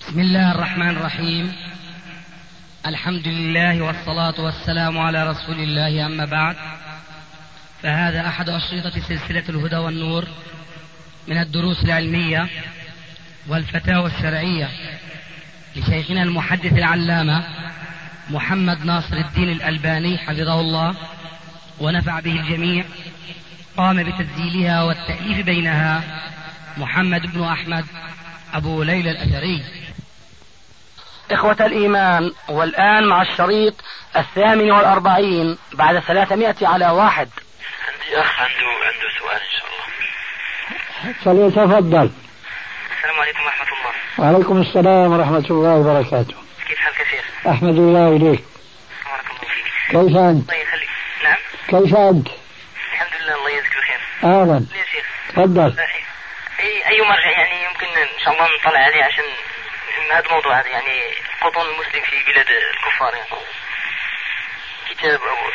بسم الله الرحمن الرحيم. الحمد لله والصلاة والسلام على رسول الله، أما بعد، فهذا أحد أشرطة سلسلة الهدى والنور من الدروس العلمية والفتاوى الشرعية لشيخنا المحدث العلامة محمد ناصر الدين الألباني حفظه الله ونفع به الجميع. قام بتسجيلها والتأليف بينها محمد بن أحمد أبو ليلى الأثري. إخوة الإيمان، والآن مع الشريط 48 بعد 300 على 1. عندي أخ عنده سؤال إن شاء الله. فليتفضل. السلام عليكم ورحمة الله. وعليكم السلام ورحمة الله وبركاته. كيف حالك يا شيخ؟ أحمد الله إليك. بارك الله فيك. كيف أنت؟ الله يخليك. نعم. كيف أنت؟ الحمد لله، الله يجزيك الخير. أهلا. يا شيخ. تفضل. أي مرجع يعني يمكن إن شاء الله نطلع عليه عشان هذا الموضوع هذا، يعني قطن المسلم في بلاد الكفار، يعني كتاب أو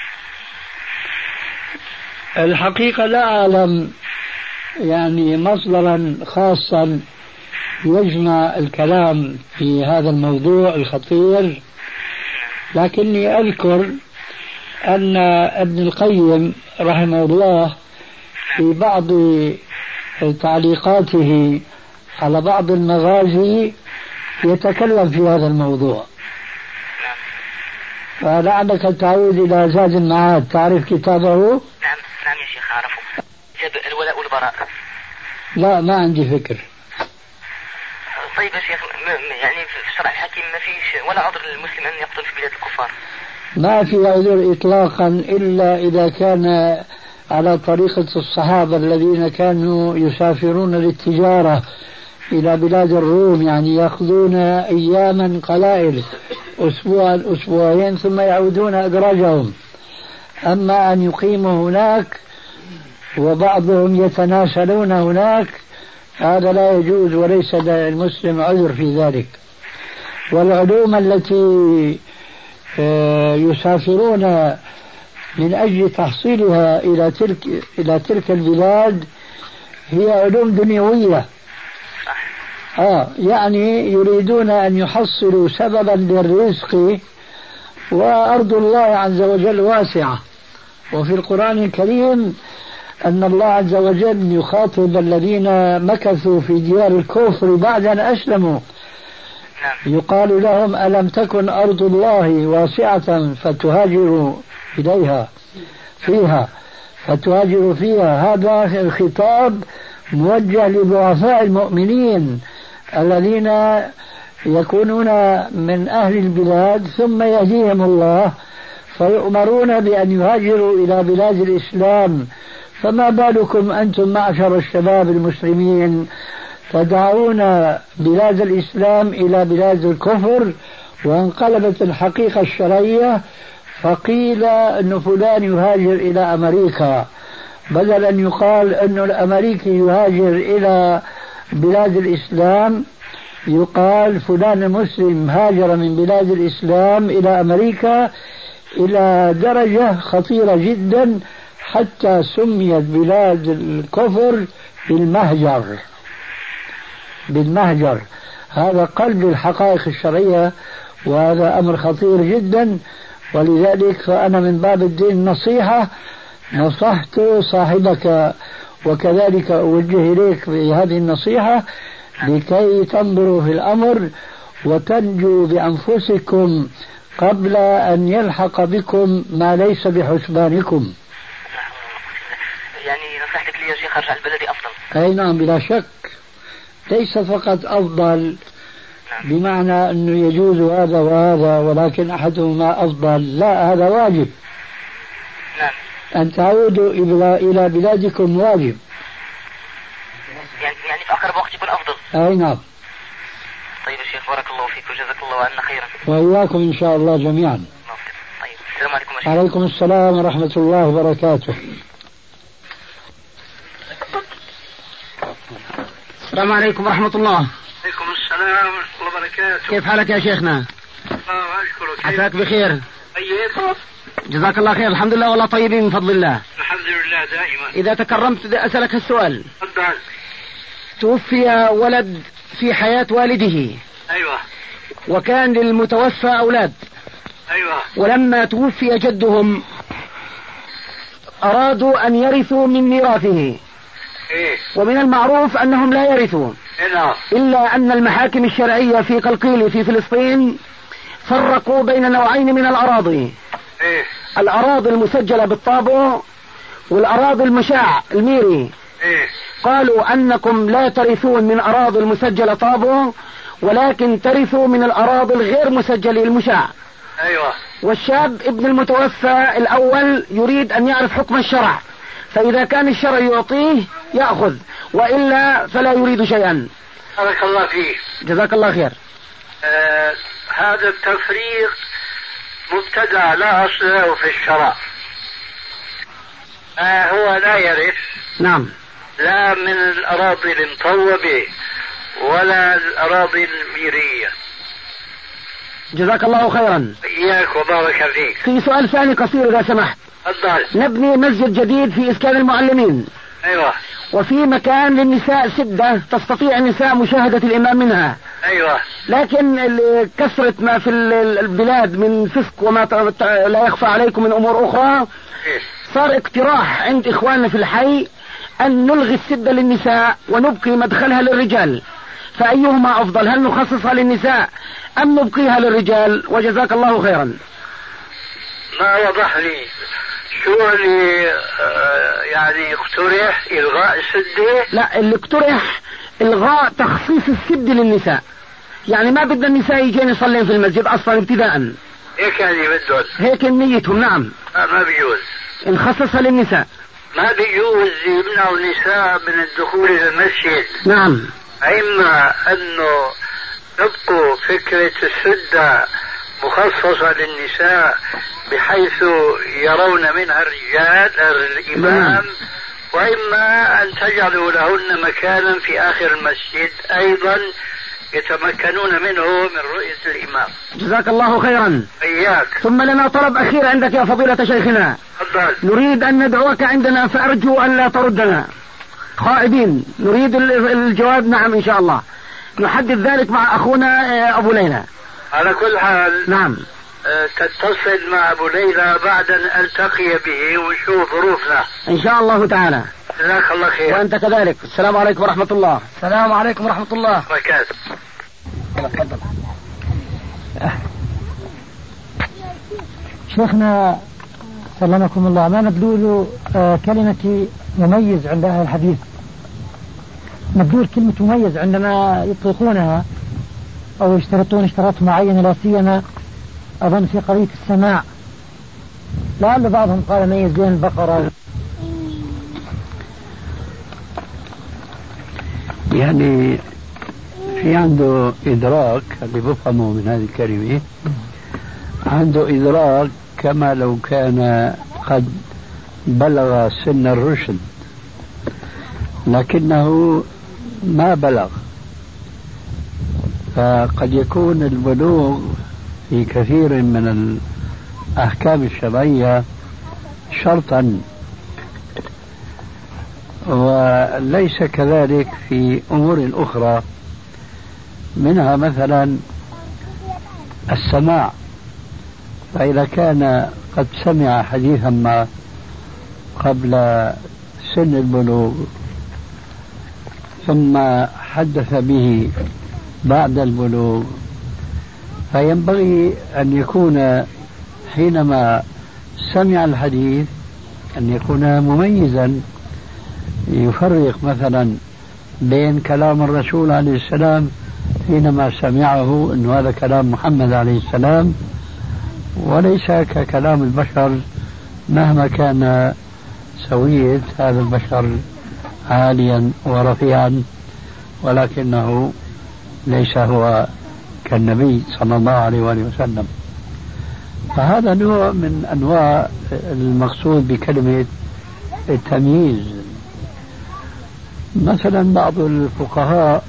الحقيقة لا أعلم يعني مصدرا خاصا يجمع الكلام في هذا الموضوع الخطير، لكني أذكر أن ابن القيم رحمه الله في بعض تعليقاته على بعض المغازي يتكلم في هذا الموضوع. فلعلك تعود إلى زاد المعاد، تعرف كتابه؟ نعم يا شيخ أعرفه، كتاب الولاء والبراء. لا، ما عندي فكر. طيب يا شيخ، يعني في الشرع الحكيم ما فيش ولا عذر للمسلم أن يقتل في بلاد الكفار؟ ما في عذر إطلاقا إلا إذا كان على طريقة الصحابة الذين كانوا يسافرون للتجارة إلى بلاد الروم، يعني يأخذون أياما قلائل، أسبوعا أسبوعين، ثم يعودون أدراجهم. أما أن يقيموا هناك وبعضهم يتناسلون هناك، هذا لا يجوز، وليس للمسلم عذر في ذلك. والعلوم التي يسافرون من أجل تحصيلها إلى تلك البلاد هي علوم دنيوية. يعني يريدون أن يحصلوا سببا للرزق، وأرض الله عز وجل واسعة. وفي القرآن الكريم أن الله عز وجل يخاطب الذين مكثوا في ديار الكفر بعد أن أسلموا، يقال لهم: ألم تكن أرض الله واسعة فتهاجروا إليها فتهاجروا فيها. هذا الخطاب موجه لضعفاء المؤمنين الذين يكونون من أهل البلاد ثم يهديهم الله فيؤمرون بأن يهاجروا إلى بلاد الإسلام. فما بالكم أنتم معشر الشباب المسلمين تدعون بلاد الإسلام إلى بلاد الكفر؟ وانقلبت الحقيقة الشرعية، فقيل أن فلان يهاجر إلى أمريكا، بدل أن يقال أن الأمريكي يهاجر إلى بلاد الإسلام يقال فلان المسلم هاجر من بلاد الإسلام إلى أمريكا، إلى درجة خطيرة جدا حتى سميت بلاد الكفر بالمهجر. هذا قلب الحقائق الشرعية، وهذا أمر خطير جدا. ولذلك فأنا من باب الدين النصيحة نصحت صاحبك، وكذلك أوجه إليك بهذه النصيحة لكي تنظروا في الأمر وتنجوا بأنفسكم قبل أن يلحق بكم ما ليس بحسبانكم. يعني نصيحتك لي يا شيخ أرجع البلد أفضل؟ أي نعم، بلا شك. ليس فقط أفضل بمعنى أنه يجوز هذا وهذا، ولكن أحدهما أفضل. لا، هذا واجب. نعم. أن تعودوا إلى بلادكم واجب. يعني في أقرب وقت يكون أفضل. أي نعم. طيب يا شيخ، بارك الله فيك وجزاك الله عنا خيرا. وإياكم إن شاء الله جميعا. طيب، السلام عليكم يا شيخ. عليكم السلام ورحمة الله وبركاته. السلام عليكم ورحمة الله. عليكم السلام ورحمة الله وبركاته. كيف حالك يا شيخنا؟ الله أشكرك. عساك بخير. طيب. جزاك الله خير. الحمد لله والله طيبين من فضل الله. الحمد لله دائما. إذا تكرمت أسألك السؤال. تفضل. توفي ولد في حياة والده وكان للمتوفى أولاد. أيوة. ولما توفي جدهم أرادوا أن يرثوا من ميراثه. إيه؟ ومن المعروف أنهم لا يرثون. نعم. إلا أن المحاكم الشرعية في قلقيل في فلسطين فرقوا بين نوعين من الأراضي. إيه؟ الأراضي المسجلة بالطابع والأراضي المشاع الميري. إيه؟ قالوا أنكم لا ترثون من أراضي المسجلة طابع ولكن ترثوا من الأراضي الغير مسجلة المشاع. أيوة. والشاب ابن المتوفى الأول يريد أن يعرف حكم الشرع، فإذا كان الشرع يعطيه يأخذ وإلا فلا يريد شيئا. بارك الله فيك. جزاك الله خير. هذا التفريق مبتدع لا أصل له في الشرع. هو لا يرث. نعم. لا من الأراضي المطوبة ولا الأراضي الميرية. جزاك الله خيرا. إياك وبارك فيك. في سؤال ثاني قصير إذا سمحت. تفضل. نبني مسجد جديد في إسكان المعلمين. أيوة. وفي مكان للنساء سدة تستطيع النساء مشاهدة الإمام منها. أيوة. لكن كثرة ما في البلاد من فسق وما لا يخفى عليكم من أمور أخرى. إيه؟ صار اقتراح عند إخواننا في الحي أن نلغي السدة للنساء ونبقي مدخلها للرجال، فأيهما أفضل؟ هل نخصصها للنساء أم نبقيها للرجال؟ وجزاك الله خيرا. ما وضح لي شو اللي يعني اقترح إلغاء السدة؟ لا، اللي اقترح إلغاء تخصيص السدة للنساء، يعني ما بدنا النساء يجين يصلين في المسجد أصلا ابتداء. هيك يعني بدهم. هيك نيتهم. نعم. ما بيجوز. نخصصها للنساء. ما بيجوز يمنعوا النساء من الدخول إلى المسجد. نعم. إما أنه تبقوا فكرة السدة مخصصة للنساء بحيث يرون منها الرجال الإمام، وإما أن تجعلوا لهن مكانا في آخر المسجد أيضا يتمكنون منه من رؤية الإمام. جزاك الله خيرا. إياك. ثم لنا طلب أخير عندك يا فضيلة شيخنا. تفضل. نريد أن ندعوك عندنا فأرجو أن لا تردنا خائبين، نريد الجواب نعم إن شاء الله. نحدد ذلك مع أخونا أبو ليلى. على كل حال. نعم. تتصل مع أبو ليلى بعد أن ألتقي به ونشوف ظروفنا إن شاء الله تعالى. جزاك الله خير. وأنت كذلك. السلام عليكم ورحمة الله. السلام عليكم ورحمة الله وبركاته. تفضل. شيخنا سلمكم الله، ما مدلول كلمة مميز عند أهل الحديث؟ مدلول كلمة مميز عندما يطلقونها أو يشترطون اشتراط معين، لا سيما أظن في قضية السماع، لعل بعضهم قال ميز بين البقرة. يعني في عنده إدراك اللي بفهمه من هذه الكلمة، عنده إدراك كما لو كان قد بلغ سن الرشد لكنه ما بلغ، فقد يكون البلوغ في كثير من الأحكام الشرعية شرطا، وليس كذلك في أمور أخرى، منها مثلا السماع. فإذا كان قد سمع حديثا ما قبل سن البلوغ ثم حدث به بعد البلوغ، فينبغي أن يكون حينما سمع الحديث أن يكون مميزا، يفرق مثلا بين كلام الرسول عليه السلام حينما سمعه أن هذا كلام محمد عليه السلام، وليس ككلام البشر مهما كان سوية هذا البشر عاليا ورفيعا، ولكنه ليس هو كالنبي صلى الله عليه وآله وسلم. فهذا نوع من أنواع المقصود بكلمة التمييز. مثلا بعض الفقهاء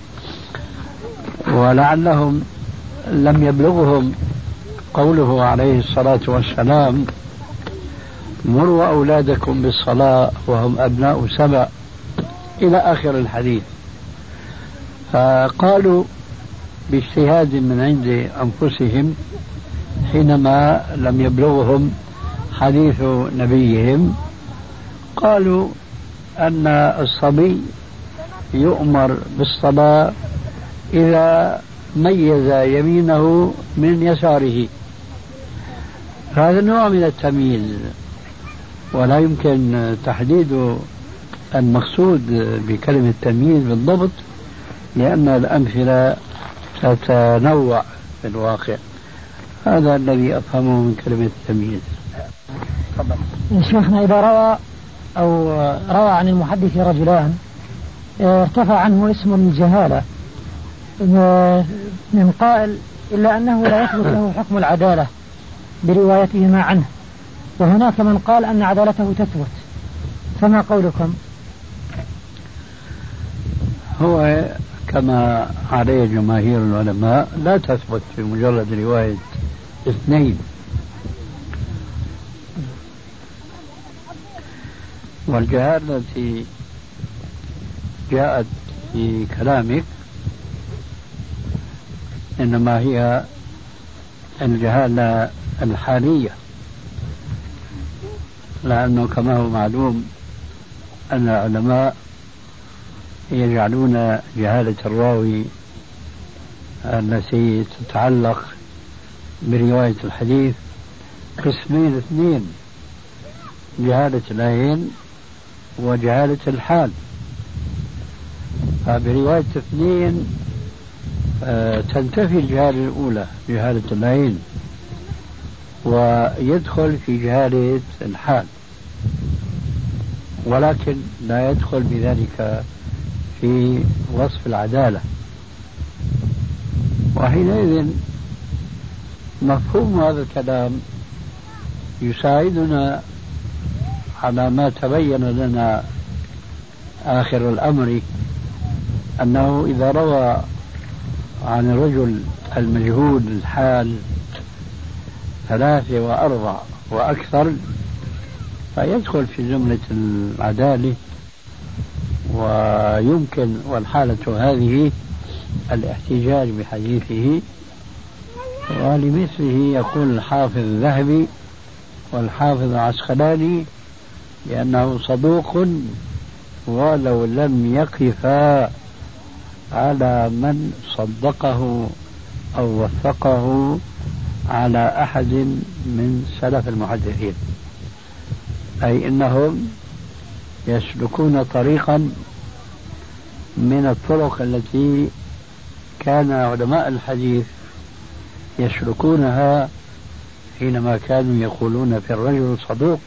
ولعلهم لم يبلغهم قوله عليه الصلاة والسلام: مروا أولادكم بالصلاة وهم أبناء 7 إلى آخر الحديث. فقالوا باجتهاد من عند أنفسهم حينما لم يبلغهم حديث نبيهم، قالوا أن الصبي يؤمر بالصلاة إذا ميز يمينه من يساره. هذا نوع من التمييز، ولا يمكن تحديد المقصود بكلمة تمييز بالضبط، لأن الأمثلة تتنوع في الواقع. هذا الذي أفهمه من كلمة التمييز. شيخنا، إذا روى عن المحدث رجلان ارتفع عنه اسم الجهالة من قائل إلا أنه لا يثبت له حكم العدالة بروايتهما عنه، وهناك من قال أن عدالته تثبت، فما قولكم؟ هو كما عليه جماهير العلماء لا تثبت في مجرد رواية اثنين. والجهالة التي جاءت في كلامك إنما هي الجهالة الحالية، لأنه كما هو معلوم أن العلماء يجعلون جهالة الراوي التي تتعلق برواية الحديث قسمين اثنين: جهالة العين وجهالة الحال. برواية اثنين تنتفي الجهالة الأولى جهالة العين، ويدخل في جهالة الحال، ولكن لا يدخل بذلك في وصف العدالة. وحينئذ مفهوم هذا الكلام يساعدنا على ما تبين لنا آخر الأمر، أنه إذا روى عن الرجل المجهول الحال 3 و4 وأكثر فيدخل في جملة العدالة، ويمكن والحالة هذه الاحتجاج بحديثه. ولمثله يقول الحافظ الذهبي والحافظ العسقلاني لأنه صدوق ولو لم يقفا على من صدقه أو وثقه على أحد من سلف المحدثين، أي إنهم يسلكون طريقا من الطرق التي كان علماء الحديث يسلكونها حينما كانوا يقولون في الرجل صدوق،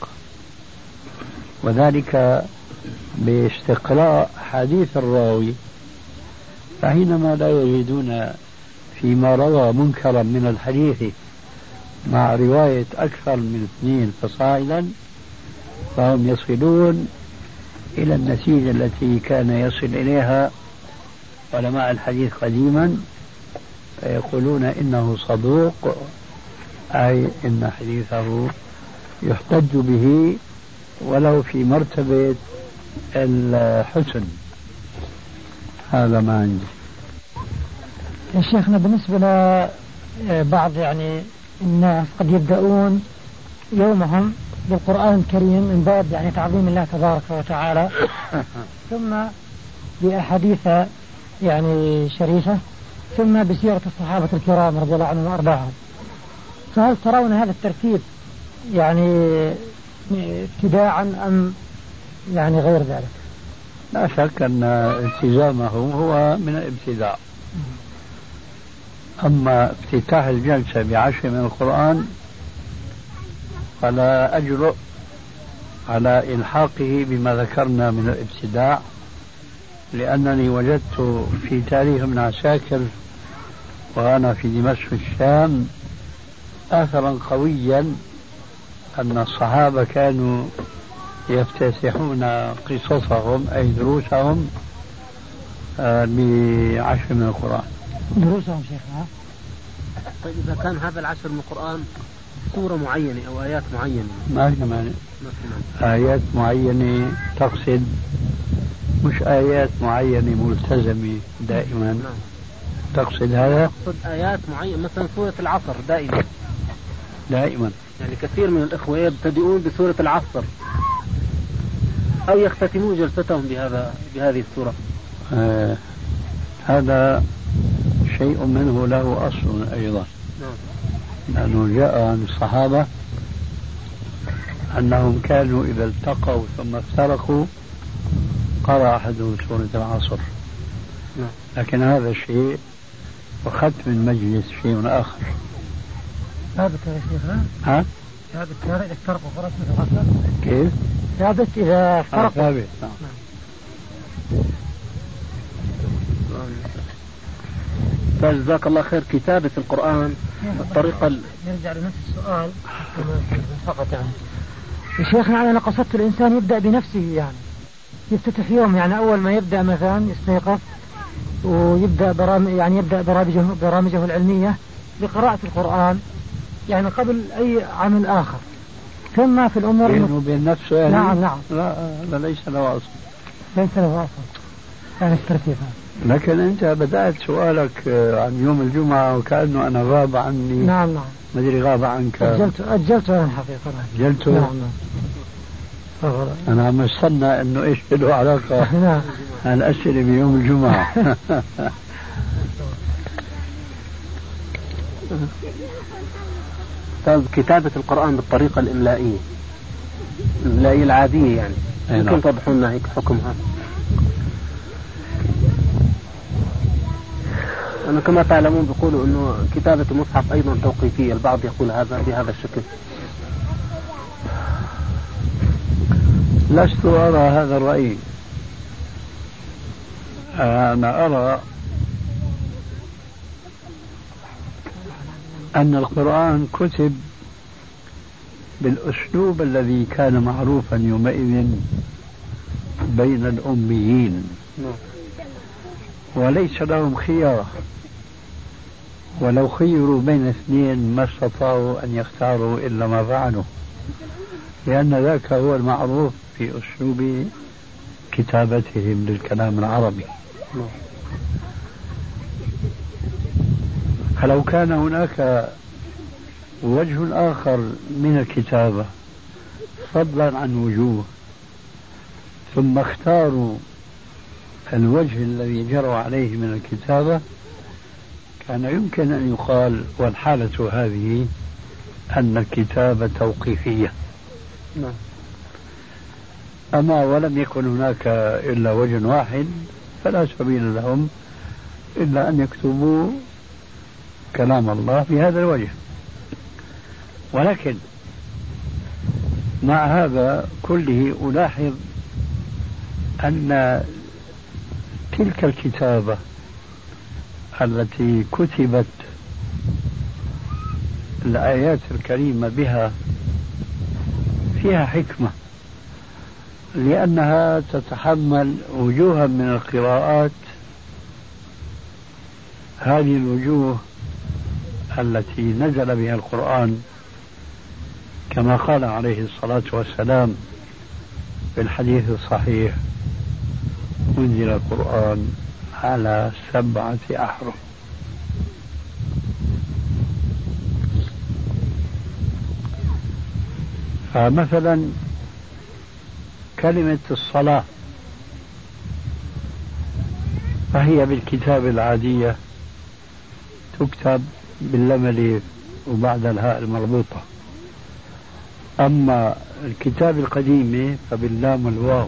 وذلك باستقراء حديث الراوي. فحينما لا يجدون فيما روى منكرا من الحديث مع رواية أكثر من 2 فصاعدا، فهم يصلون إلى النتيجة التي كان يصل إليها علماء الحديث قديما، فيقولون إنه صدوق، أي إن حديثه يحتج به ولو في مرتبة الحسن. هذا ما عندي. يا شيخنا، بالنسبة لبعض الناس قد يبدأون يومهم بالقرآن الكريم من باب تعظيم الله تبارك وتعالى، ثم بأحاديث شريفة، ثم بسيرة الصحابة الكرام رضي الله عنهم وأرضاهم. فهل ترون هذا الترتيب ابتداعا أم غير ذلك؟ لا شك أن التزامه هو من الابتداع. أما افتتاح الجلسة ب10 من القرآن فلا أجرؤ على إلحاقه بما ذكرنا من الابتداع، لأنني وجدت في تاريخ ابن عساكر وأنا في دمشق الشام أثرا قويا أن الصحابة كانوا يفتتحون قصصهم أي دروسهم ب10 من القرآن. دروسهم شيخنا. طيب إذا كان هذا 10 من القرآن سورة معينة أو آيات معينة، ما في مانع. آيات معينة تقصد، مش آيات معينة ملتزمة دائما. تقصد هذا؟ أقصد آيات معينة مثلا سورة العصر دائما يعني كثير من الإخوة يبتدئون بسورة العصر أو يختتمون جلستهم بهذه السورة. هذا شيء منه له أصل أيضا، لأنه جاء عن الصحابة أنهم كانوا إذا التقوا ثم افترقوا قرأ أحدهم سورة العصر. لكن هذا شيء وختم المجلس شيء آخر. ثابت يا شيخ؟ ها؟ ثابت إذا افترقوا قرأ سورة العصر؟ كيف؟ ثابت إذا افترقوا. ثابت. فجزاك الله خير. كتابة القرآن الطريقة نرجع لنفس السؤال فقط يعني. يا شيخنا أنا قصدت الإنسان يبدأ بنفسه، يعني يفتتح يوم، يعني أول ما يبدأ مثلا يستيقظ ويبدأ يبدأ برامجه العلمية بقراءة القرآن، يعني قبل أي عمل آخر، ثم في الأمور بينه وبين نفسه يعني. نعم. لا ليس له أصل. ليس له أصل يعني الترتيب. لكن أنت بدأت سؤالك عن يوم الجمعة وكأنه أنا غاب عني. نعم. ما أدري غاب عنك. أجلته أنا الحقيقة. أجلته؟ نعم. أنا عم استنى إنه إيش له علاقة الأسئلة بيوم الجمعة. طيب كتابة القرآن بالطريقة الإملائية العادية يعني يمكن توضحوا لنا هيك حكمها؟ أنا كما تعلمون بيقولوا إنه كتابة المصحف أيضا توقيفية، البعض يقول هذا بهذا الشكل. لست أرى هذا الرأي. أنا أرى أن القرآن كتب بالأسلوب الذي كان معروفا يومئذ بين الأميين، وليس لهم خيار، ولو خيروا بين اثنين ما استطاعوا أن يختاروا إلا ما فعلوا، لأن ذاك هو المعروف في أسلوب كتابتهم للكلام العربي. فلو كان هناك وجه آخر من الكتابة فضلا عن وجوه ثم اختاروا الوجه الذي جروا عليه من الكتابة كان يمكن أن يقال والحالة هذه أن الكتابة توقيفية. أما ولم يكن هناك إلا وجه واحد فلا سبيل لهم إلا أن يكتبوا كلام الله بهذا الوجه. ولكن مع هذا كله ألاحظ أن تلك الكتابة التي كتبت الآيات الكريمة بها فيها حكمة، لأنها تتحمل وجوها من القراءات، هذه الوجوه التي نزل بها القرآن كما قال عليه الصلاة والسلام في الحديث الصحيح: أنزل القرآن على 7 أحرف. فمثلا كلمة الصلاة فهي بالكتاب العادية تكتب باللام الألف وبعد الهاء المربوطة، أما الكتاب القديم فباللام والواو.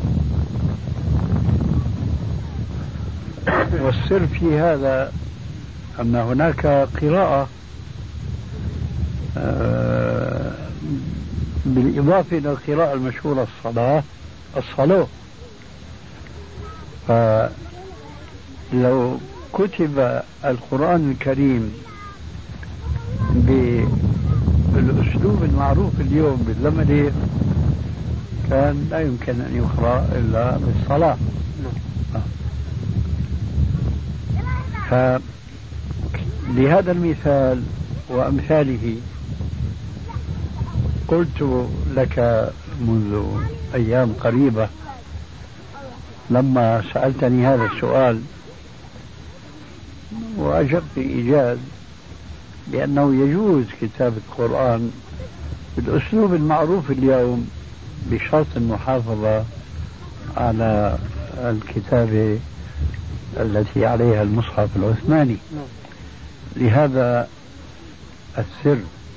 والسر في هذا أن هناك قراءة بالإضافة إلى القراءة المشهورة الصلاة. فلو كتب القرآن الكريم بالأسلوب المعروف اليوم باللمدة كان لا يمكن أن يقرأ إلا بالصلاة. فلهذا المثال وأمثاله قلت لك منذ أيام قريبة لما سألتني هذا السؤال وأجبت إيجاز بأنه يجوز كتابة القرآن بالأسلوب المعروف اليوم بشرط المحافظة على الكتابة التي عليها المصحف العثماني. لهذا السر.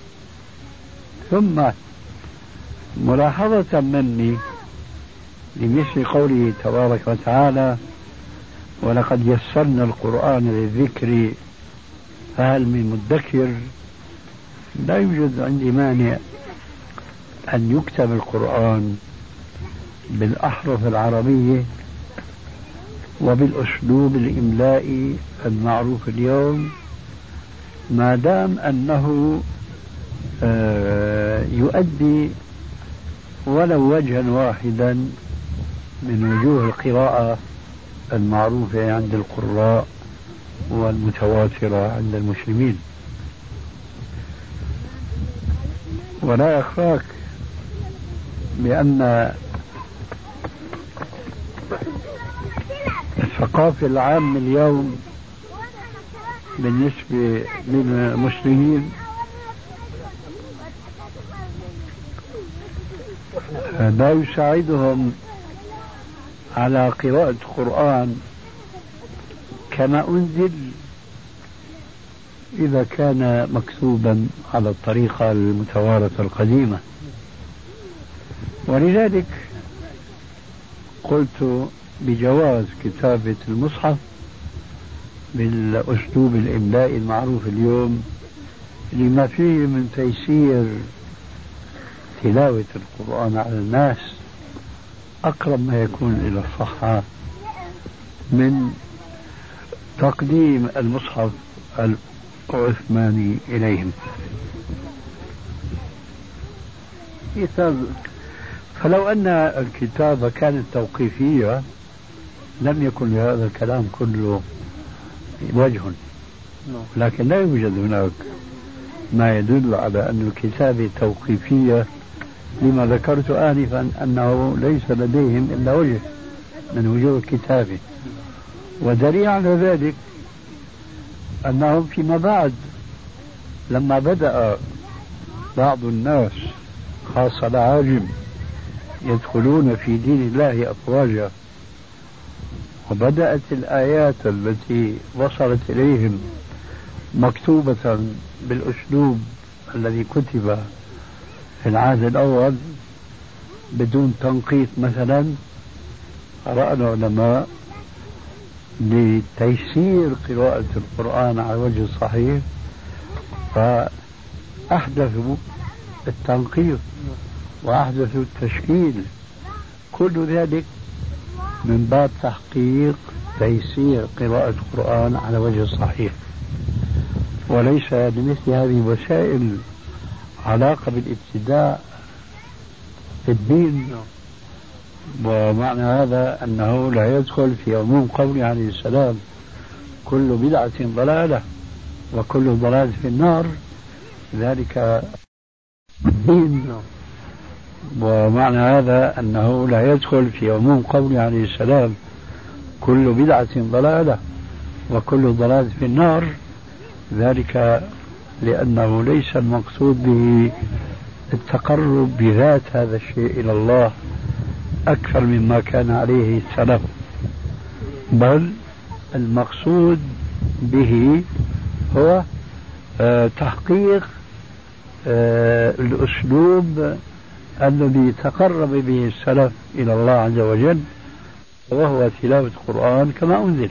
ثم ملاحظة مني لمثل قوله تبارك وتعالى ولقد يسرنا القرآن للذكر فهل من مدكر، لا يوجد عندي مانع أن يكتب القرآن بالأحرف العربية وبالأسلوب الإملائي المعروف اليوم، ما دام أنه يؤدي ولو وجها واحدا من وجوه القراءة المعروفة عند القراء والمتواترة عند المسلمين. ولا يخفاك بأن الثقافة العامة اليوم بالنسبة للمسلمين لا يساعدهم على قراءة القرآن كما أنزل إذا كان مكتوبا على الطريقة المتوارثة القديمة. ولذلك قلت بجواز كتابة المصحف بالأسلوب الإملائي المعروف اليوم لما فيه من تيسير تلاوة القرآن على الناس أقرب ما يكون إلى الصحة من تقديم المصحف العثماني إليهم. فلو أن الكتابة كانت توقيفية لم يكن لهذا الكلام كله وجه، لكن لا يوجد هناك ما يدل على أن الكتابة توقيفية لما ذكرت آنفا أنه ليس لديهم إلا وجه من وجوه الكتابة. ودليل على ذلك أنهم فيما بعد لما بدأ بعض الناس خاصة العاجم يدخلون في دين الله أفواجا، وبدأت الآيات التي وصلت إليهم مكتوبة بالأسلوب الذي كتب في العهد الأول بدون تنقيط مثلا، رأى العلماء لتيسير قراءة القرآن على وجه الصحيح فأحدثوا التنقيط وأحدثوا التشكيل، كل ذلك من باب تحقيق تيسير قراءة القرآن على وجه الصحيح، وليس لمثل هذه الوسائل علاقة بالابتداع في الدين. ومعنى هذا أنه لا يدخل في عموم قوله عليه السلام كل بدعة ضلالة وكل ضلالة في النار، ذلك الدين. ومعنى هذا أنه لا يدخل في عموم قوله عليه السلام كل بدعة ضلالة وكل ضلالة في النار، ذلك لأنه ليس المقصود به التقرب بذات هذا الشيء إلى الله أكثر مما كان عليه السلف، بل المقصود به هو تحقيق الأسلوب الذي تقرب به السلف إلى الله عز وجل، وهو تلاوة القرآن كما أنزل.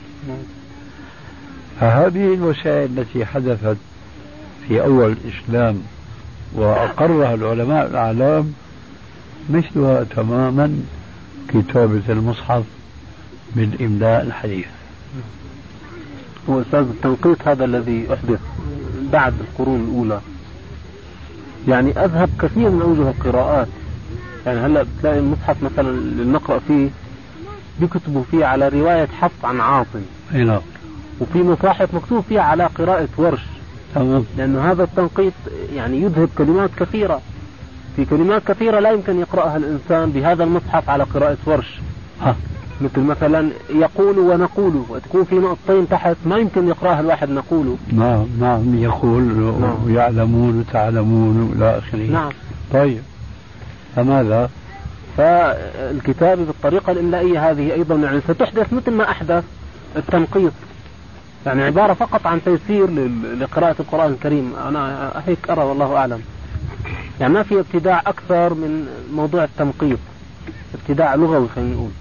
فهذه الوسائل التي حدثت في أول الإسلام وأقرها العلماء الأعلام مثلها تماما كتابة المصحف بالإملاء الحديث. وأستاذ التنقيط هذا الذي أحدث بعد القرون الأولى يعني أذهب كثير من أوجه القراءات. يعني هلأ بتلاقي المصحف مثلا اللي نقرأ فيه بيكتبوا فيه على رواية حفص عن عاصم، وفي مصاحف مكتوب فيها على قراءة ورش، لأنه هذا التنقيط يعني يذهب كلمات كثيرة. في كلمات كثيرة لا يمكن يقرأها الإنسان بهذا المصحف على قراءة ورش. مثل مثلا يقول ونقول، وتكون في نقطتين تحت ما يمكن يقراها الواحد نقول. نعم يقول ويعلمون وتعلمون إلى آخره. نعم. طيب فماذا؟ فالكتابة بالطريقة الإملائية هذه أيضا يعني ستحدث مثل ما أحدث التنقيط، يعني عبارة فقط عن تيسير لقراءة القرآن الكريم. أنا هيك أرى والله أعلم، يعني ما في ابتداع أكثر من موضوع التنقيط، ابتداع لغوي خلينا نقول.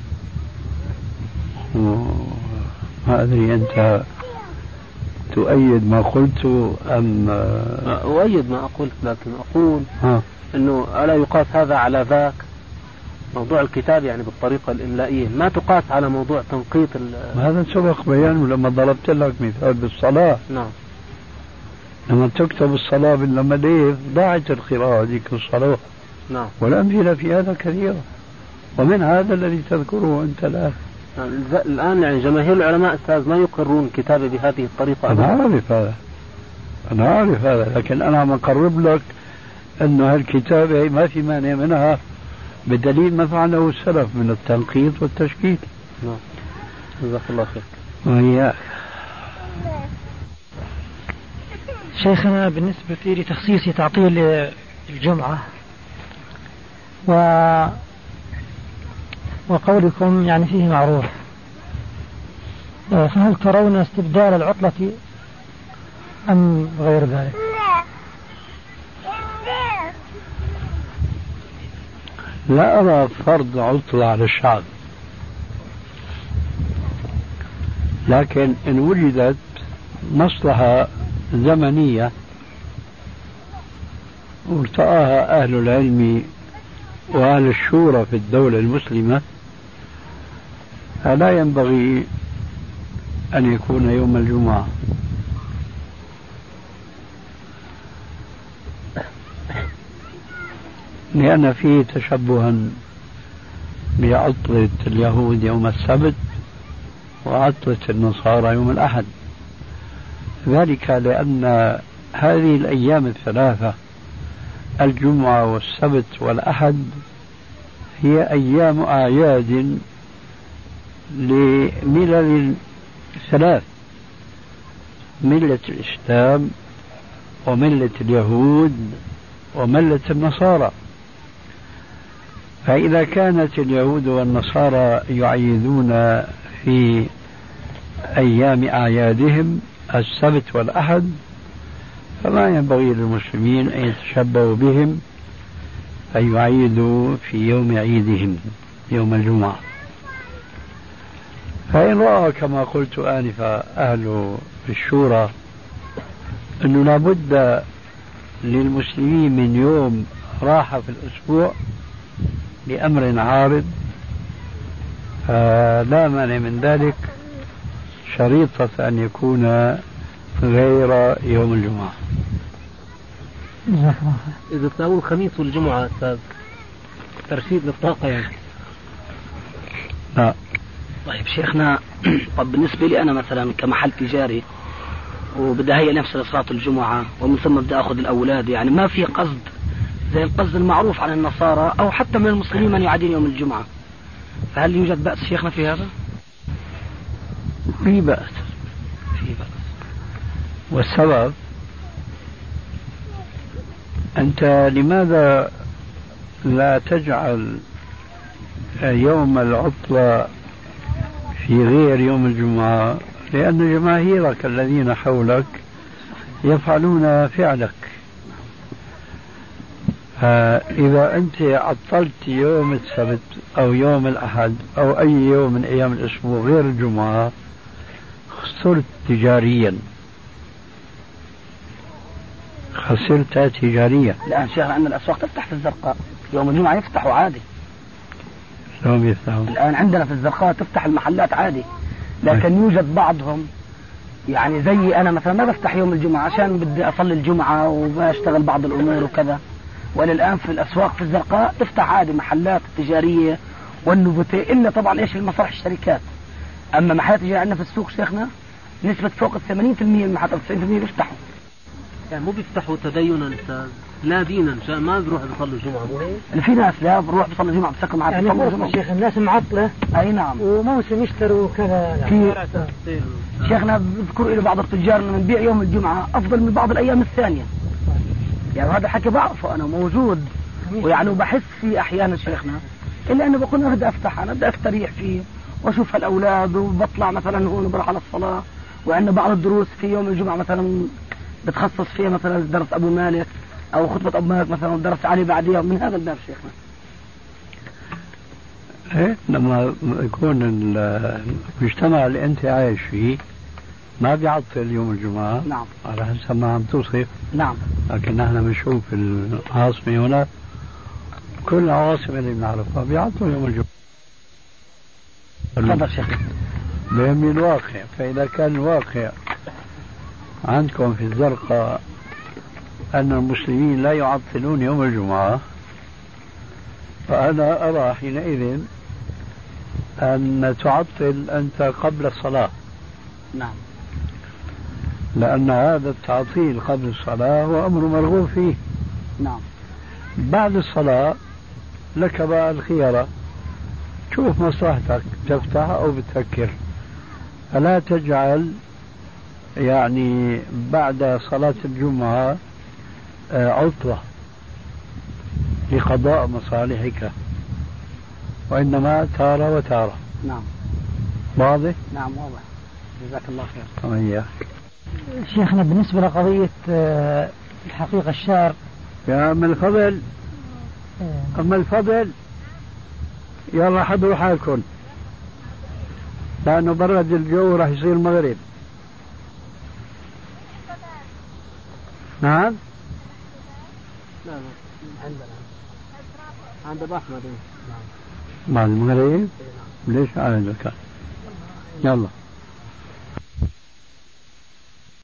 ما أدري أنت تؤيد ما قلت أم؟ أؤيد ما قلت، لكن أقول أنه ألا يقاس هذا على ذاك. موضوع الكتاب يعني بالطريقة الإملائية ما تقاس على موضوع تنقيط هذا سبق بيانه لما ضربت لك مثال بالصلاة. نعم. لما تكتب الصلاة باللمديف ضاعت القراءة ذيك الصلاة. نعم. والأمثلة في هذا كثيرة، ومن هذا الذي تذكره أنت الآن. الآن يعني جماهير العلماء أستاذ ما يقرون الكتابة بهذه الطريقة. أنا أعرف هذا، لكن أنا عم أقرب لك أنه هالكتابة ما في مانع منها بدليل ما فعله السلف من التنقيط والتشكيل. نعم. جزاك الله خير. وإياك. شيخنا بالنسبة لتخصيص تعطيل الجمعة وقولكم يعني فيه معروف، فهل ترون استبدال العطلة أم غير ذلك؟ لا أرى فرض عطلة على الشعب، لكن إن وجدت مصلحة زمنية وارتآها أهل العلم وأهل الشورى في الدولة المسلمة فلا ينبغي أن يكون يوم الجمعة. لأن فيه تشبها بعطلة اليهود يوم السبت وعطلة النصارى يوم الأحد، ذلك لأن هذه الأيام الثلاثة الجمعة والسبت والأحد هي أيام أعياد لملل ثلاث: ملة الإسلام وملة اليهود وملة النصارى. فإذا كانت اليهود والنصارى يعيدون في أيام أعيادهم السبت والأحد فما ينبغي للمسلمين أن يتشبهوا بهم أن يعيدوا في يوم عيدهم يوم الجمعة. فإن رأى كما قلت آنفا أهل الشورى أنه لابد للمسلمين من يوم راحة في الأسبوع لأمر عارض لا مانع من ذلك، شريطة أن يكون غير يوم الجمعة. إذا تساوي الخميس والجمعة أستاذ ترشيد للطاقة يعني. لا. طيب شيخنا، طب بالنسبة لي أنا مثلا كمحل تجاري وبدي هي نفس لصلاة الجمعة ومن ثم بدي أخذ الأولاد، يعني ما في قصد زي القصد المعروف عن النصارى أو حتى من المسلمين من يعادين يوم الجمعة، فهل يوجد بأس شيخنا في هذا؟ في بأس. والسبب أنت لماذا لا تجعل يوم العطلة في غير يوم الجمعة؟ لأن جماهيرك الذين حولك يفعلون فعلك. إذا أنت عطلت يوم السبت أو يوم الأحد أو أي يوم من أيام الأسبوع غير الجمعة خسرت تجاريا. الآن شيخ عندنا الأسواق تفتح في الزرقاء يوم الجمعة، يفتحوا عادي. الآن عندنا في الزرقاء تفتح المحلات عادي، لكن يوجد بعضهم يعني زي أنا مثلا ما بفتح يوم الجمعة عشان بدي أصلي الجمعة وبشتغل بعض الأمور وكذا، والآن في الأسواق في الزرقاء تفتح عادي محلات التجارية والنوفوتي، إلا طبعا إيش المصالح الشركات. أما محلات تجارية عندنا في السوق شيخنا نسبة فوق 80% من المحلات 90% بيفتحوا. يعني مو بيفتحوا تدينا أستاذ، لا دينا ما بروح بيصلي الجمعة مو هيك؟ في ناس لا بروح بيصلي الجمعة بسكر معك يعني بيصلي الجمعة. شيخ الناس معطلة. أي نعم. وموسم يشتروا وكذا. في شيخنا بذكر له بعض التجار انه نبيع يوم الجمعة أفضل من بعض الأيام الثانية. يعني هذا حكي بعرفه أنا موجود ويعني بحس فيه أحيانا شيخنا، إلا أنه بقول أنا بدي أفتح، أنا بدي أستريح فيه وأشوف الأولاد وبطلع مثلا هون وبروح على الصلاة، وعندنا بعض الدروس في يوم الجمعة مثلا بتخصص فيها مثلا درس أبو مالك أو خطبة أبو مالك مثلا ودرس عليه بعديها من هذا الباب شيخنا. إيه لما يكون المجتمع اللي أنت عايش فيه ما بيعطل يوم الجمعة. نعم. على حسب ما عم توصف. نعم. لكن نحن بنشوف العاصمة هنا كل العواصم اللي بنعرفها بيعطوا يوم الجمعة. تفضل شيخ. بهم الواقع، فإذا كان الواقع عندكم في الزرقاء أن المسلمين لا يعطلون يوم الجمعة، فأنا أرى حينئذ أن تعطل أنت قبل الصلاة. نعم. لأن هذا التعطيل قبل الصلاة هو أمر مرغوب فيه. نعم. بعد الصلاة لك بقى الخيارة، شوف مصلحتك تفتح أو بتفكر، فلا تجعل يعني بعد صلاة الجمعة عطلة لقضاء مصالحك، وإنما تارة وتارة. نعم. واضح؟ نعم واضح. جزاك الله خير. طيب. شيخنا بالنسبة لقضية الحقيقة الشعر يا أم الفضل، أما الفضل يلا حضروا حالكم لأنه برد الجو راح يصير مغرب. نعم. لا عندنا عند أبو أحمد. بعد المغرب. ليش على ذلك؟ يلا.